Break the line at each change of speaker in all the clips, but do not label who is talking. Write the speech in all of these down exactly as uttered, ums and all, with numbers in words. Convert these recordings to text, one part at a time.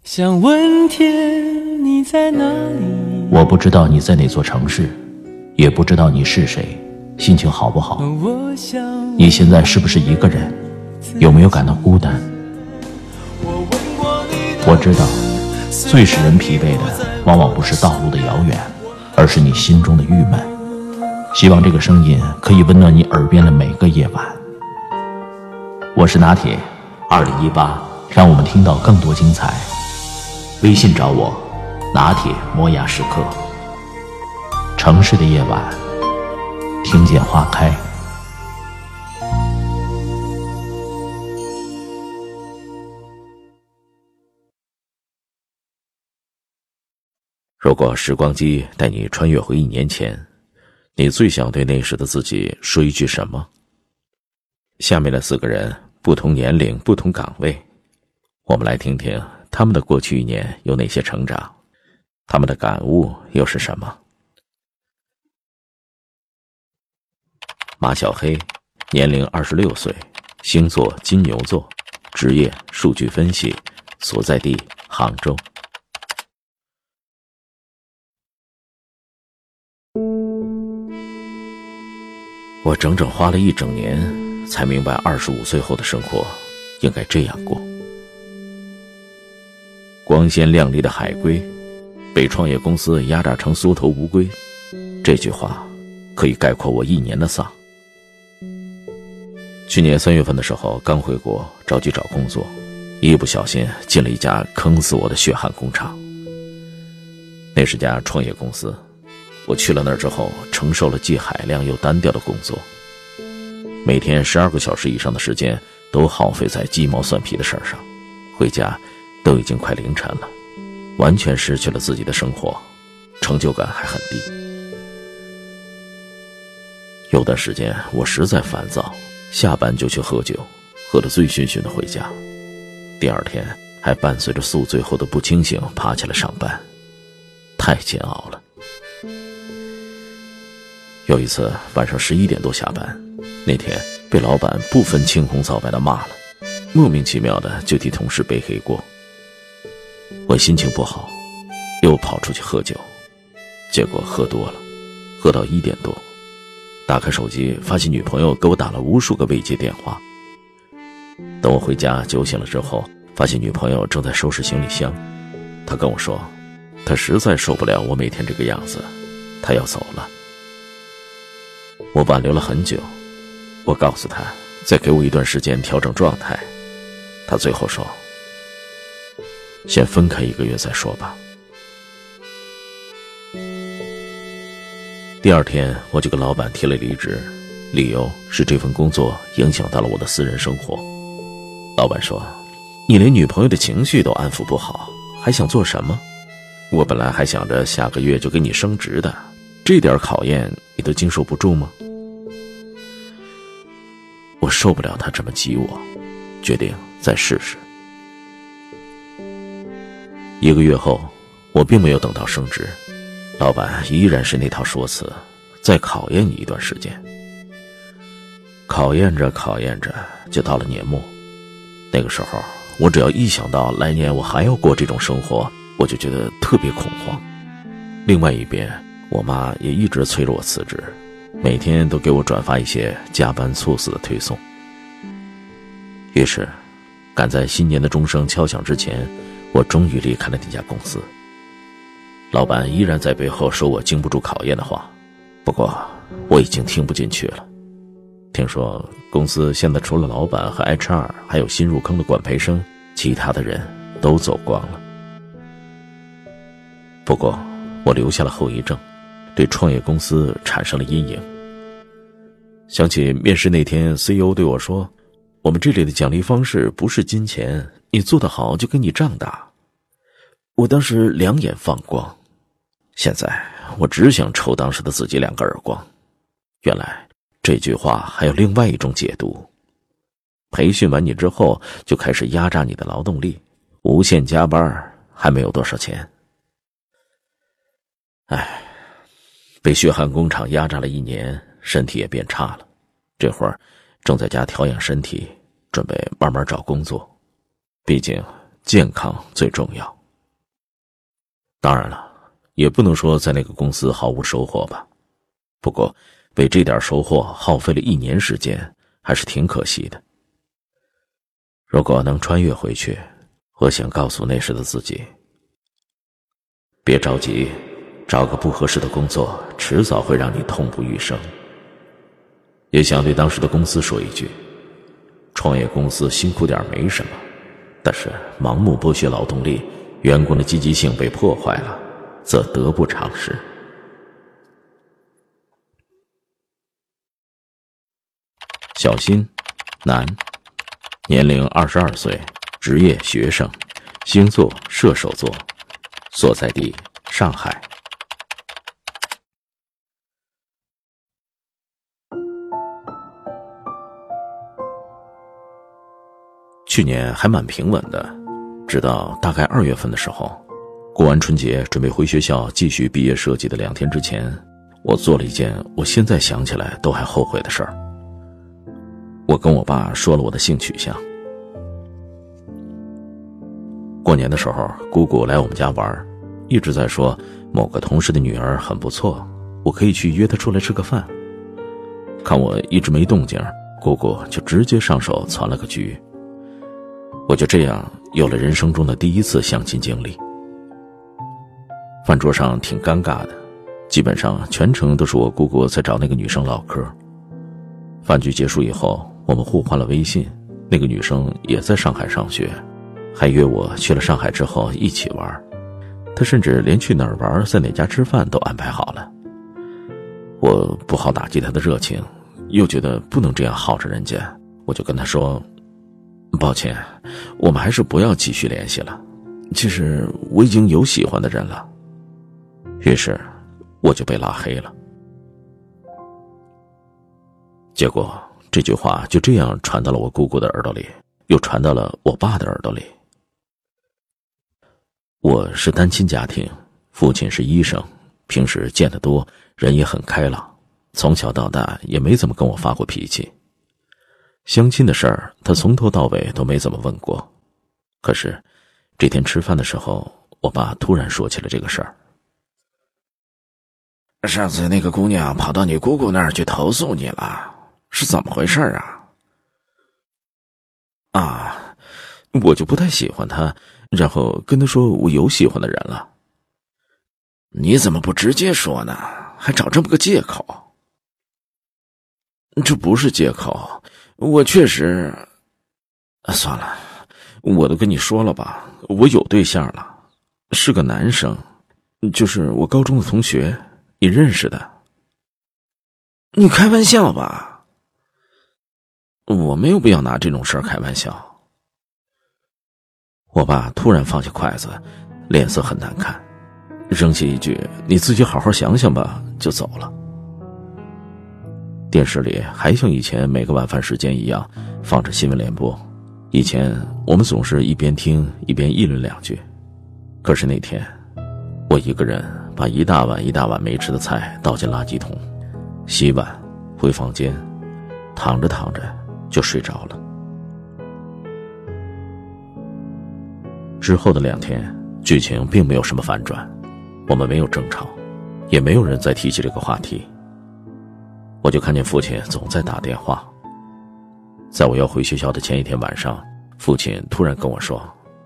想问天你在哪里？
我不知道你在哪座城市，也不知道你是谁，心情好不好？你现在是不是一个人？有没有感到孤单？我知道，最使人疲惫的往往不是道路的遥远，而是你心中的郁闷。希望这个声音可以温暖你耳边的每个夜晚。我是拿铁，二零一八，让我们听到更多精彩。微信找我，拿铁磨牙时刻。城市的夜晚，听见花开。
如果时光机带你穿越回一年前，你最想对那时的自己说一句什么？下面的四个人，不同年龄，不同岗位，我们来听听他们的过去一年有哪些成长，他们的感悟又是什么？马小黑，年龄二十六岁，星座金牛座，职业数据分析，所在地杭州。我整整花了一整年才明白二十五岁后的生活应该这样过。光鲜亮丽的海归被创业公司压榨成缩头乌龟，这句话可以概括我一年的丧。去年三月份的时候刚回国着急找工作，一不小心进了一家坑死我的血汗工厂。那是家创业公司，我去了那儿之后承受了既海量又单调的工作，每天十二个小时以上的时间都耗费在鸡毛蒜皮的事儿上，回家都已经快凌晨了，完全失去了自己的生活，成就感还很低。有段时间我实在烦躁，下班就去喝酒，喝得醉醺醺的回家，第二天还伴随着宿醉后的不清醒爬起来上班，太煎熬了。有一次晚上十一点多下班，那天被老板不分青红皂白的骂了，莫名其妙的就替同事背黑锅。我心情不好，又跑出去喝酒，结果喝多了，喝到一点多，打开手机发现女朋友给我打了无数个未接电话。等我回家酒醒了之后，发现女朋友正在收拾行李箱，她跟我说她实在受不了我每天这个样子，她要走了。我挽留了很久，我告诉她再给我一段时间调整状态，她最后说先分开一个月再说吧。第二天我就跟老板提了离职，理由是这份工作影响到了我的私人生活。老板说你连女朋友的情绪都安抚不好，还想做什么？我本来还想着下个月就给你升职的，这点考验你都经受不住吗？我受不了他这么激我，决定再试试。一个月后，我并没有等到升职，老板依然是那套说辞，再考验你一段时间。考验着考验着，就到了年末。那个时候，我只要一想到来年我还要过这种生活，我就觉得特别恐慌。另外一边，我妈也一直催着我辞职，每天都给我转发一些加班猝死的推送。于是，赶在新年的钟声敲响之前，我终于离开了那家公司。老板依然在背后说我经不住考验的话，不过我已经听不进去了。听说公司现在除了老板和 H R 还有新入坑的管培生，其他的人都走光了。不过我留下了后遗症，对创业公司产生了阴影。想起面试那天 C E O 对我说，我们这里的奖励方式不是金钱，你做得好就给你账大。我当时两眼放光，现在我只想抽当时的自己两个耳光。原来这句话还有另外一种解读，培训完你之后就开始压榨你的劳动力，无限加班，还没有多少钱。唉，被血汗工厂压榨了一年，身体也变差了，这会儿正在家调养身体，准备慢慢找工作，毕竟健康最重要。 当然了，也不能说在那个公司毫无收获吧。不过，为这点收获耗费了一年时间，还是挺可惜的。如果能穿越回去，我想告诉那时的自己，别着急，找个不合适的工作，迟早会让你痛不欲生。也想对当时的公司说一句，创业公司辛苦点没什么，但是盲目剥削劳动力，员工的积极性被破坏了，则得不偿失。小新，男，年龄二十二岁，职业学生，星座射手座，所在地上海。去年还蛮平稳的，直到大概二月份的时候，过完春节准备回学校继续毕业设计的两天之前，我做了一件我现在想起来都还后悔的事儿。我跟我爸说了我的性取向。过年的时候，姑姑来我们家玩，一直在说某个同事的女儿很不错，我可以去约她出来吃个饭。看我一直没动静，姑姑就直接上手攒了个局。我就这样有了人生中的第一次相亲经历。饭桌上挺尴尬的，基本上全程都是我姑姑在找那个女生唠嗑。饭局结束以后，我们互换了微信，那个女生也在上海上学，还约我去了上海之后一起玩。她甚至连去哪儿玩，在哪家吃饭都安排好了。我不好打击她的热情，又觉得不能这样耗着人家，我就跟她说，抱歉，我们还是不要继续联系了，其实我已经有喜欢的人了。于是我就被拉黑了。结果这句话就这样传到了我姑姑的耳朵里，又传到了我爸的耳朵里。我是单亲家庭，父亲是医生，平时见得多，人也很开朗，从小到大也没怎么跟我发过脾气。相亲的事儿他从头到尾都没怎么问过。可是这天吃饭的时候，我爸突然说起了这个事儿。上次那个姑娘跑到你姑姑那儿去投诉你了，是怎么回事啊？啊，我就不太喜欢她，然后跟她说我有喜欢的人了。你怎么不直接说呢？还找这么个借口？这不是借口，我确实……算了，我都跟你说了吧，我有对象了，是个男生，就是我高中的同学，你认识的。你开玩笑吧？我没有必要拿这种事儿开玩笑。我爸突然放下筷子，脸色很难看，扔下一句你自己好好想想吧，就走了。电视里还像以前每个晚饭时间一样放着新闻联播，以前我们总是一边听一边议论两句。可是那天我一个人把一大碗一大碗没吃的菜倒进垃圾桶，洗碗，回房间，躺着躺着就睡着了。之后的两天剧情并没有什么反转，我们没有争吵，也没有人再提起这个话题。我就看见父亲总在打电话。在我要回学校的前一天晚上，父亲突然跟我说，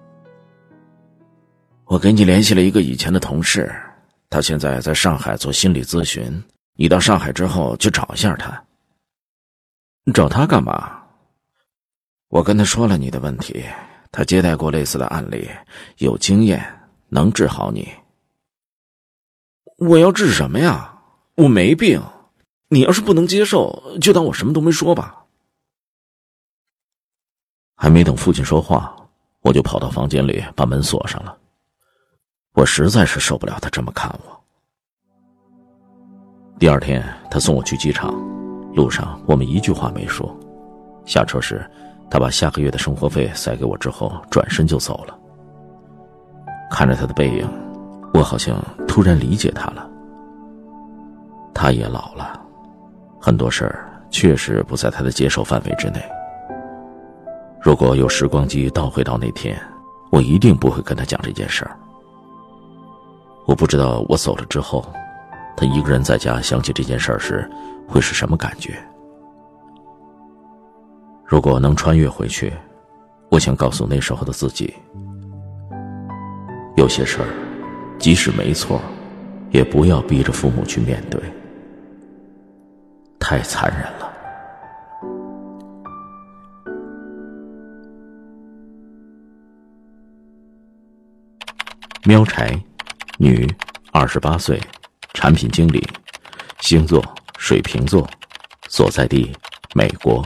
我给你联系了一个以前的同事，他现在在上海做心理咨询，你到上海之后去找一下他。找他干嘛？我跟他说了你的问题，他接待过类似的案例，有经验，能治好你。我要治什么呀？我没病，你要是不能接受，就当我什么都没说吧。还没等父亲说话，我就跑到房间里把门锁上了。我实在是受不了他这么看我。第二天他送我去机场，路上我们一句话没说。下车时他把下个月的生活费塞给我之后转身就走了。看着他的背影，我好像突然理解他了。他也老了，很多事儿确实不在他的接受范围之内。如果有时光机倒回到那天，我一定不会跟他讲这件事儿。 我不知道我走了之后，他一个人在家想起这件事时会是什么感觉。如果能穿越回去，我想告诉那时候的自己，有些事儿即使没错，也不要逼着父母去面对，太残忍了。喵柴，女，二十八岁，产品经理，星座水瓶座，所在地美国。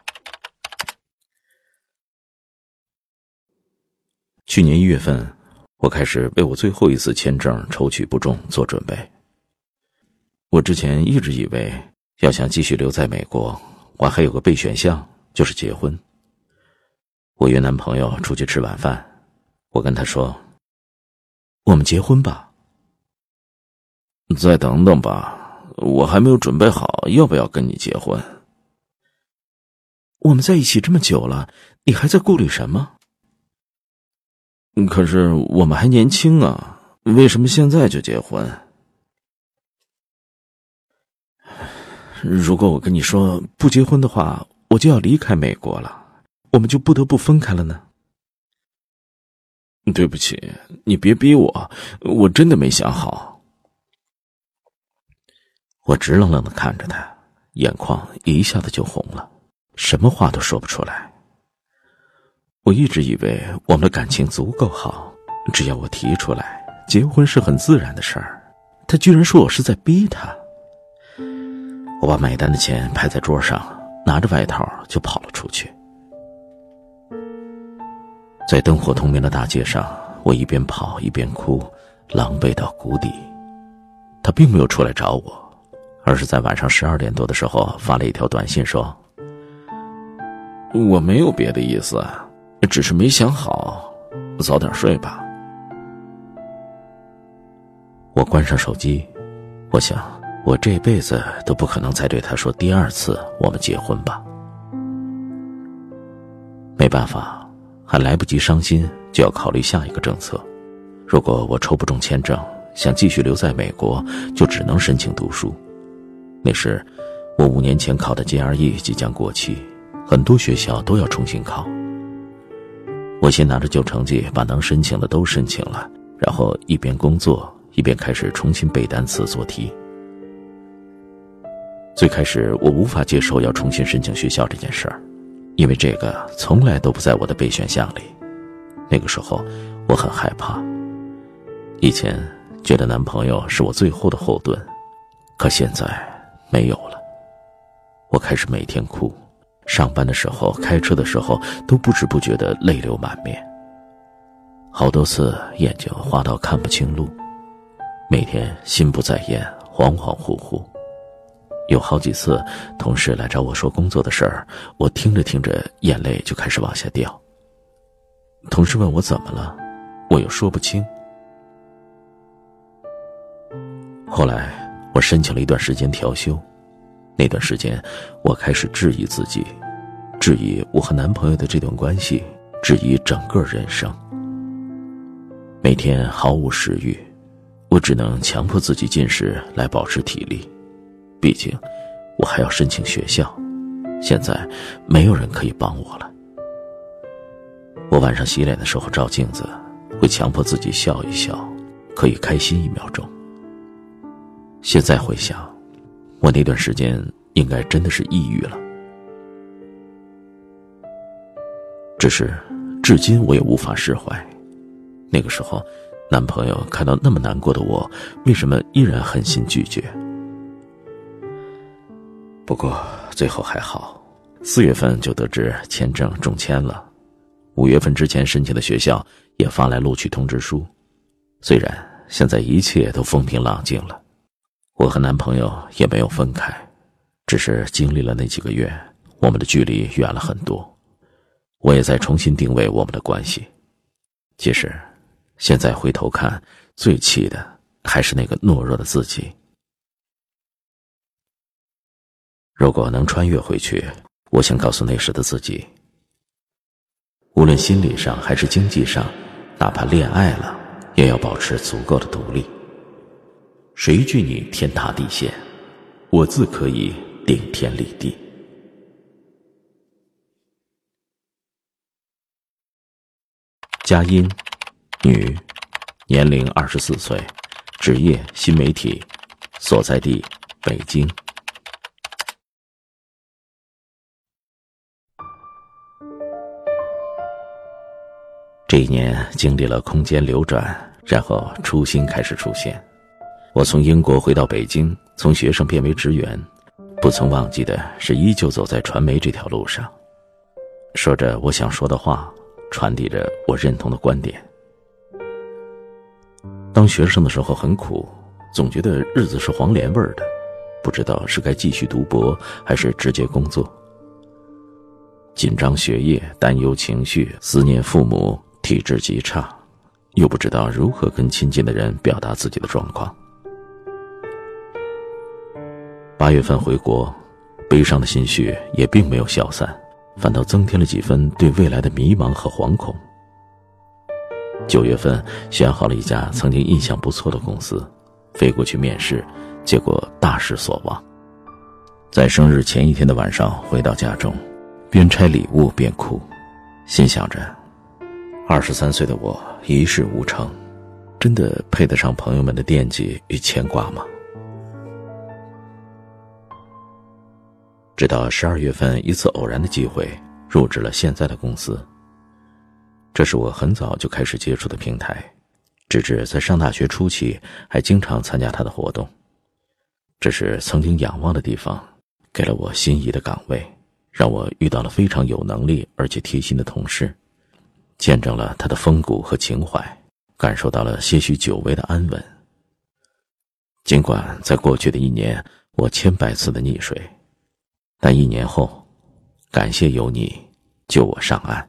去年一月份，我开始为我最后一次签证筹取不中做准备。我之前一直以为，要想继续留在美国，我还有个备选项，就是结婚。我约男朋友出去吃晚饭，我跟他说，我们结婚吧。再等等吧，我还没有准备好要不要跟你结婚。我们在一起这么久了，你还在顾虑什么？可是我们还年轻啊，为什么现在就结婚？如果我跟你说不结婚的话，我就要离开美国了，我们就不得不分开了呢。对不起，你别逼我，我真的没想好。我直愣愣地看着他，眼眶一下子就红了，什么话都说不出来。我一直以为我们的感情足够好，只要我提出来，结婚是很自然的事儿。他居然说我是在逼他。我把买单的钱拍在桌上，拿着外套就跑了出去。在灯火通明的大街上，我一边跑一边哭，狼狈到谷底。他并没有出来找我，而是在晚上十二点多的时候发了一条短信说，我没有别的意思，只是没想好，早点睡吧。我关上手机，我想我这辈子都不可能再对他说第二次我们结婚吧。没办法，还来不及伤心，就要考虑下一个政策。如果我抽不中签证，想继续留在美国，就只能申请读书。那时我五年前考的 G R E 即将过期，很多学校都要重新考。我先拿着旧成绩把能申请的都申请了，然后一边工作一边开始重新背单词做题。最开始我无法接受要重新申请学校这件事儿，因为这个从来都不在我的备选项里。那个时候我很害怕，以前觉得男朋友是我最后的后盾，可现在没有了。我开始每天哭，上班的时候开车的时候都不知不觉地泪流满面，好多次眼睛花到看不清路，每天心不在焉，恍恍惚惚。有好几次同事来找我说工作的事儿，我听着听着眼泪就开始往下掉。同事问我怎么了，我又说不清。后来我申请了一段时间调休，那段时间我开始质疑自己，质疑我和男朋友的这段关系，质疑整个人生。每天毫无食欲，我只能强迫自己进食来保持体力，毕竟我还要申请学校，现在没有人可以帮我了。我晚上洗脸的时候照镜子，会强迫自己笑一笑，可以开心一秒钟。现在回想，我那段时间应该真的是抑郁了。只是至今我也无法释怀，那个时候男朋友看到那么难过的我，为什么依然狠心拒绝？不过最后还好，四月份就得知签证中签了，五月份之前申请的学校也发来录取通知书。虽然现在一切都风平浪静了，我和男朋友也没有分开，只是经历了那几个月，我们的距离远了很多，我也在重新定位我们的关系。其实现在回头看，最气的还是那个懦弱的自己。如果能穿越回去，我想告诉那时的自己，无论心理上还是经济上，哪怕恋爱了，也要保持足够的独立。 谁惧你天塌地陷，我自可以顶天立地。佳音，女，年龄二十四岁，职业新媒体，所在地北京。这一年经历了空间流转，然后初心开始出现。我从英国回到北京，从学生变为职员，不曾忘记的是依旧走在传媒这条路上，说着我想说的话，传递着我认同的观点。当学生的时候很苦，总觉得日子是黄连味儿的，不知道是该继续读博还是直接工作。紧张学业，担忧情绪，思念父母，体质极差，又不知道如何跟亲近的人表达自己的状况。八月份回国，悲伤的心绪也并没有消散，反倒增添了几分对未来的迷茫和惶恐。九月份选好了一家曾经印象不错的公司，飞过去面试，结果大失所望。在生日前一天的晚上回到家中，边拆礼物边哭，心想着二十三岁的我一事无成，真的配得上朋友们的惦记与牵挂吗？直到十二月份一次偶然的机会入职了现在的公司，这是我很早就开始接触的平台，直至在上大学初期还经常参加它的活动。这是曾经仰望的地方，给了我心仪的岗位，让我遇到了非常有能力而且贴心的同事，见证了他的风骨和情怀，感受到了些许久违的安稳。尽管在过去的一年我千百次的溺水，但一年后，感谢有你救我上岸。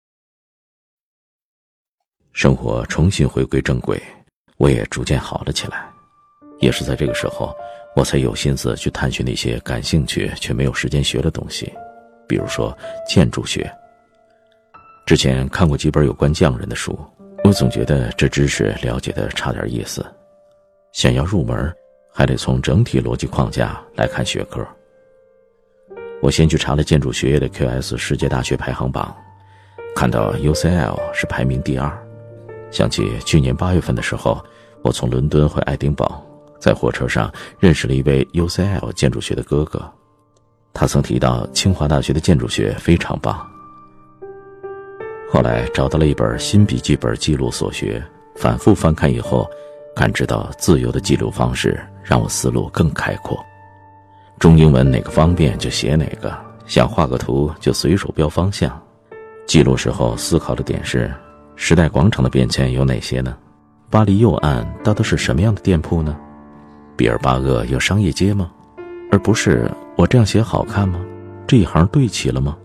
生活重新回归正轨，我也逐渐好了起来。也是在这个时候，我才有心思去探寻那些感兴趣却没有时间学的东西，比如说建筑学。之前看过几本有关匠人的书，我总觉得这知识了解的差点意思。想要入门，还得从整体逻辑框架来看学科。我先去查了建筑学业的 Q S 世界大学排行榜，看到 U C L 是排名第二。想起去年八月份的时候，我从伦敦回爱丁堡，在火车上认识了一位 U C L 建筑学的哥哥，他曾提到清华大学的建筑学非常棒。后来找到了一本新笔记本记录所学，反复翻看以后，感知到自由的记录方式让我思路更开阔。中英文哪个方便就写哪个，想画个图就随手标方向。记录时候思考的点是，时代广场的变迁有哪些呢？巴黎右岸大都是什么样的店铺呢？比尔巴鄂有商业街吗？而不是我这样写好看吗？这一行对齐了吗？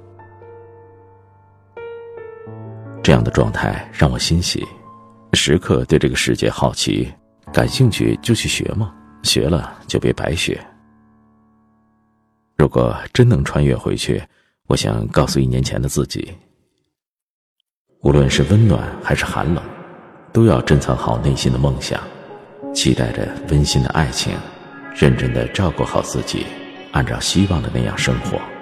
这样的状态让我欣喜，时刻对这个世界好奇，感兴趣就去学嘛，学了就别白学。如果真能穿越回去，我想告诉一年前的自己，无论是温暖还是寒冷，都要珍藏好内心的梦想，期待着温馨的爱情，认真地照顾好自己，按照希望的那样生活。